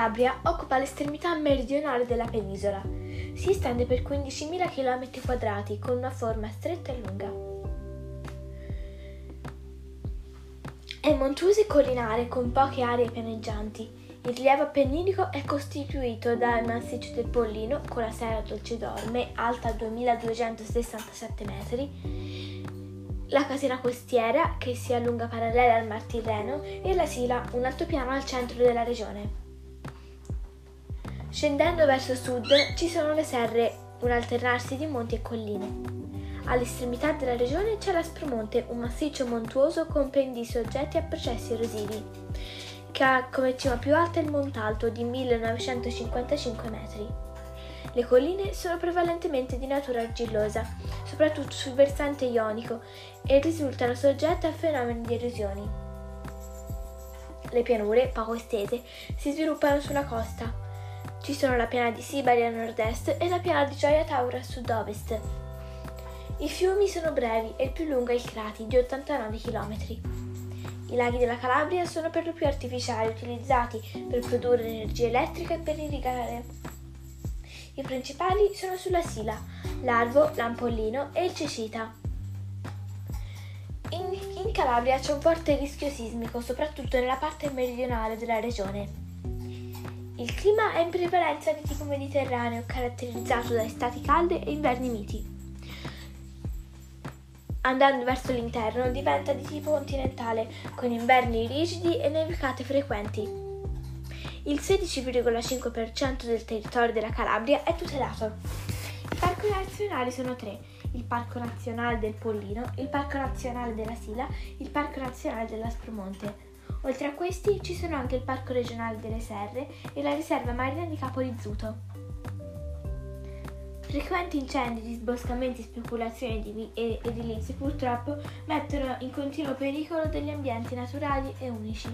Calabria occupa l'estremità meridionale della penisola. Si estende per 15.000 km² con una forma stretta e lunga. È montuosa e collinare con poche aree pianeggianti. Il rilievo appenninico è costituito dal massiccio del Pollino con la Serra Dolcedorme, alta 2267 metri, la catena costiera che si allunga parallela al Mar Tirreno e la Sila, un altopiano al centro della regione. Scendendo verso sud ci sono le serre, un alternarsi di monti e colline. All'estremità della regione c'è l'Aspromonte, un massiccio montuoso con pendi soggetti a processi erosivi, che ha come cima più alta il Montalto di 1955 metri. Le colline sono prevalentemente di natura argillosa, soprattutto sul versante ionico, e risultano soggette a fenomeni di erosioni. Le pianure, poco estese, si sviluppano sulla costa. Ci sono la piana di Sibari a nord-est e la piana di Gioia Tauro a sud-ovest. I fiumi sono brevi e il più lungo è il Crati, di 89 km. I laghi della Calabria sono per lo più artificiali, utilizzati per produrre energia elettrica e per irrigare. I principali sono sulla Sila, l'Arvo, l'Ampollino e il Cecita. In Calabria c'è un forte rischio sismico, soprattutto nella parte meridionale della regione. Il clima è in prevalenza di tipo mediterraneo, caratterizzato da estati calde e inverni miti. Andando verso l'interno diventa di tipo continentale, con inverni rigidi e nevicate frequenti. Il 16,5% del territorio della Calabria è tutelato. I parchi nazionali sono 3: il Parco Nazionale del Pollino, il Parco Nazionale della Sila, il Parco Nazionale dell'Aspromonte. Oltre a questi ci sono anche il Parco Regionale delle Serre e la Riserva Marina di Capo Rizzuto. Frequenti incendi, disboscamenti e speculazioni edilizie purtroppo mettono in continuo pericolo degli ambienti naturali e unici.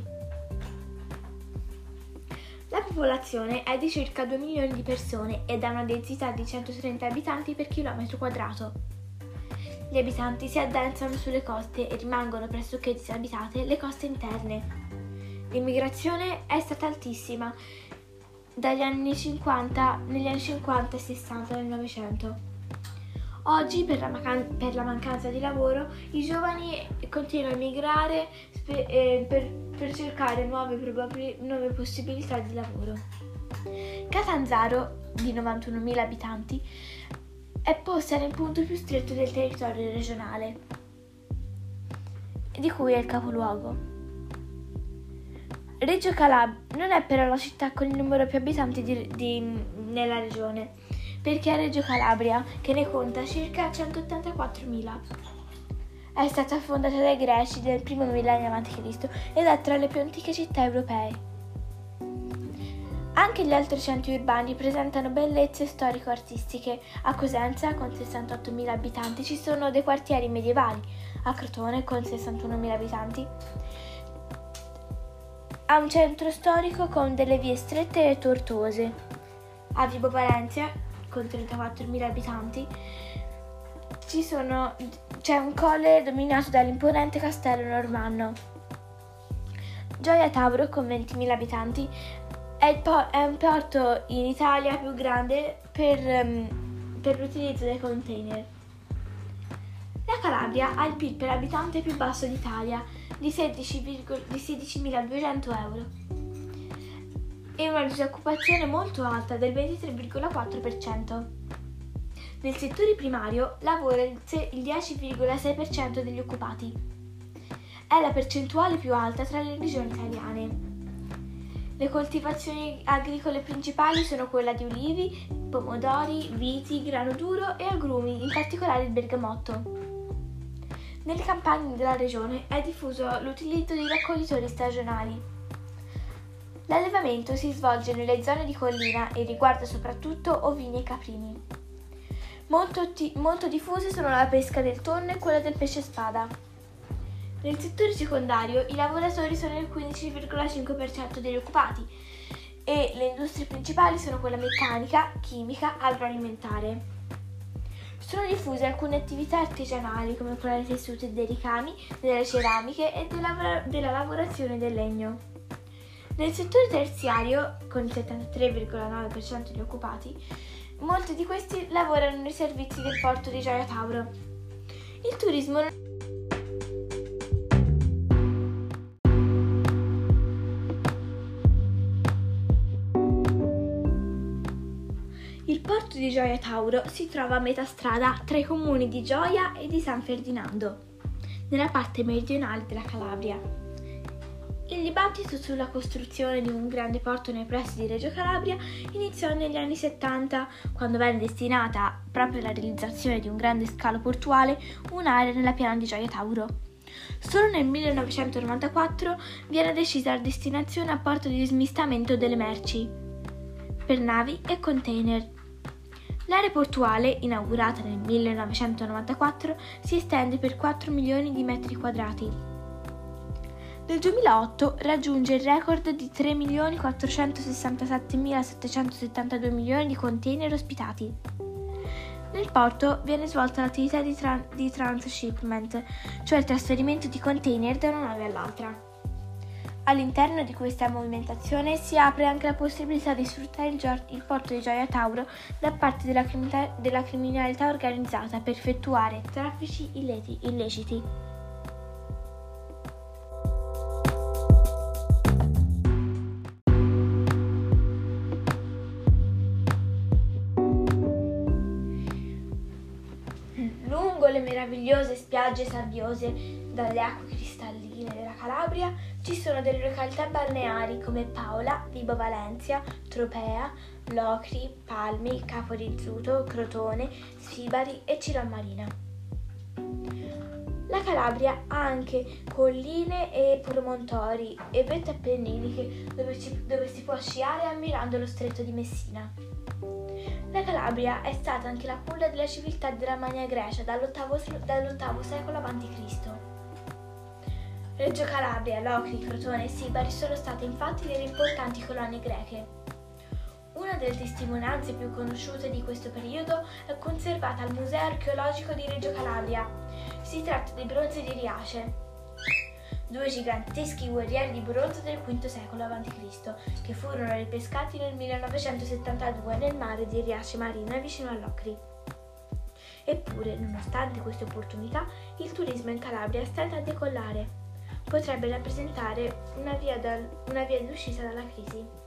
La popolazione è di circa 2 milioni di persone ed ha una densità di 130 abitanti per chilometro quadrato. Gli abitanti si addensano sulle coste e rimangono pressoché disabitate le coste interne. L'immigrazione è stata altissima negli anni 50 e 60 del Novecento. Oggi, per la mancanza di lavoro, i giovani continuano a migrare per cercare nuove possibilità di lavoro. Catanzaro, di 91.000 abitanti, è posta nel punto più stretto del territorio regionale, di cui è il capoluogo. Reggio Calabria non è però la città con il numero più abitanti nella regione, perché è Reggio Calabria, che ne conta circa 184.000. È stata fondata dai Greci del primo millennio a.C. ed è tra le più antiche città europee. Anche gli altri centri urbani presentano bellezze storico-artistiche. A Cosenza, con 68.000 abitanti, ci sono dei quartieri medievali. A Crotone, con 61.000 abitanti, ha un centro storico con delle vie strette e tortuose. A Vibo Valentia, con 34.000 abitanti, c'è un colle dominato dall'imponente castello normanno. Gioia Tauro, con 20.000 abitanti, è un porto in Italia più grande per l'utilizzo dei container. La Calabria ha il PIL per abitante più basso d'Italia, di 16.200 euro, e una disoccupazione molto alta del 23,4%. Nel settore primario lavora il 10,6% degli occupati. È la percentuale più alta tra le regioni italiane. Le coltivazioni agricole principali sono quella di ulivi, pomodori, viti, grano duro e agrumi, in particolare il bergamotto. Nelle campagne della regione è diffuso l'utilizzo di raccoglitori stagionali. L'allevamento si svolge nelle zone di collina e riguarda soprattutto ovini e caprini. Molto diffuse sono la pesca del tonno e quella del pesce spada. Nel settore secondario i lavoratori sono il 15,5% degli occupati e le industrie principali sono quella meccanica, chimica, agroalimentare. Sono diffuse alcune attività artigianali come quella dei tessuti e dei ricami, delle ceramiche e della lavorazione del legno. Nel settore terziario, con il 73,9% di occupati, molti di questi lavorano nei servizi del porto di Gioia Tauro. Il turismo Il porto di Gioia Tauro si trova a metà strada tra i comuni di Gioia e di San Ferdinando, nella parte meridionale della Calabria. Il dibattito sulla costruzione di un grande porto nei pressi di Reggio Calabria iniziò negli anni 70, quando venne destinata proprio alla realizzazione di un grande scalo portuale un'area nella piana di Gioia Tauro. Solo nel 1994 viene decisa la destinazione a porto di smistamento delle merci per navi e container. L'area portuale, inaugurata nel 1994, si estende per 4 milioni di metri quadrati. Nel 2008 raggiunge il record di 3.467.772 milioni di container ospitati. Nel porto viene svolta l'attività di transshipment, cioè il trasferimento di container da una nave all'altra. All'interno di questa movimentazione si apre anche la possibilità di sfruttare il porto di Gioia Tauro da parte della criminalità organizzata per effettuare traffici illeciti. Lungo le meravigliose spiagge sabbiose dalle acque cristalline della Calabria ci sono delle località balneari come Paola, Vibo Valentia, Tropea, Locri, Palmi, Capo Rizzuto, Crotone, Sibari e Cirommarina. La Calabria ha anche colline e promontori e vette appenniniche dove si può sciare ammirando lo stretto di Messina. La Calabria è stata anche la culla della civiltà della Magna Grecia dall'VIII secolo a.C. Reggio Calabria, Locri, Crotone e Sibari sono state infatti delle importanti colonie greche. Una delle testimonianze più conosciute di questo periodo è conservata al Museo archeologico di Reggio Calabria. Si tratta dei bronzi di Riace, due giganteschi guerrieri di bronzo del V secolo a.C., che furono ripescati nel 1972 nel mare di Riace Marina vicino a Locri. Eppure, nonostante queste opportunità, il turismo in Calabria stenta a decollare. Potrebbe rappresentare una via d'uscita dalla crisi.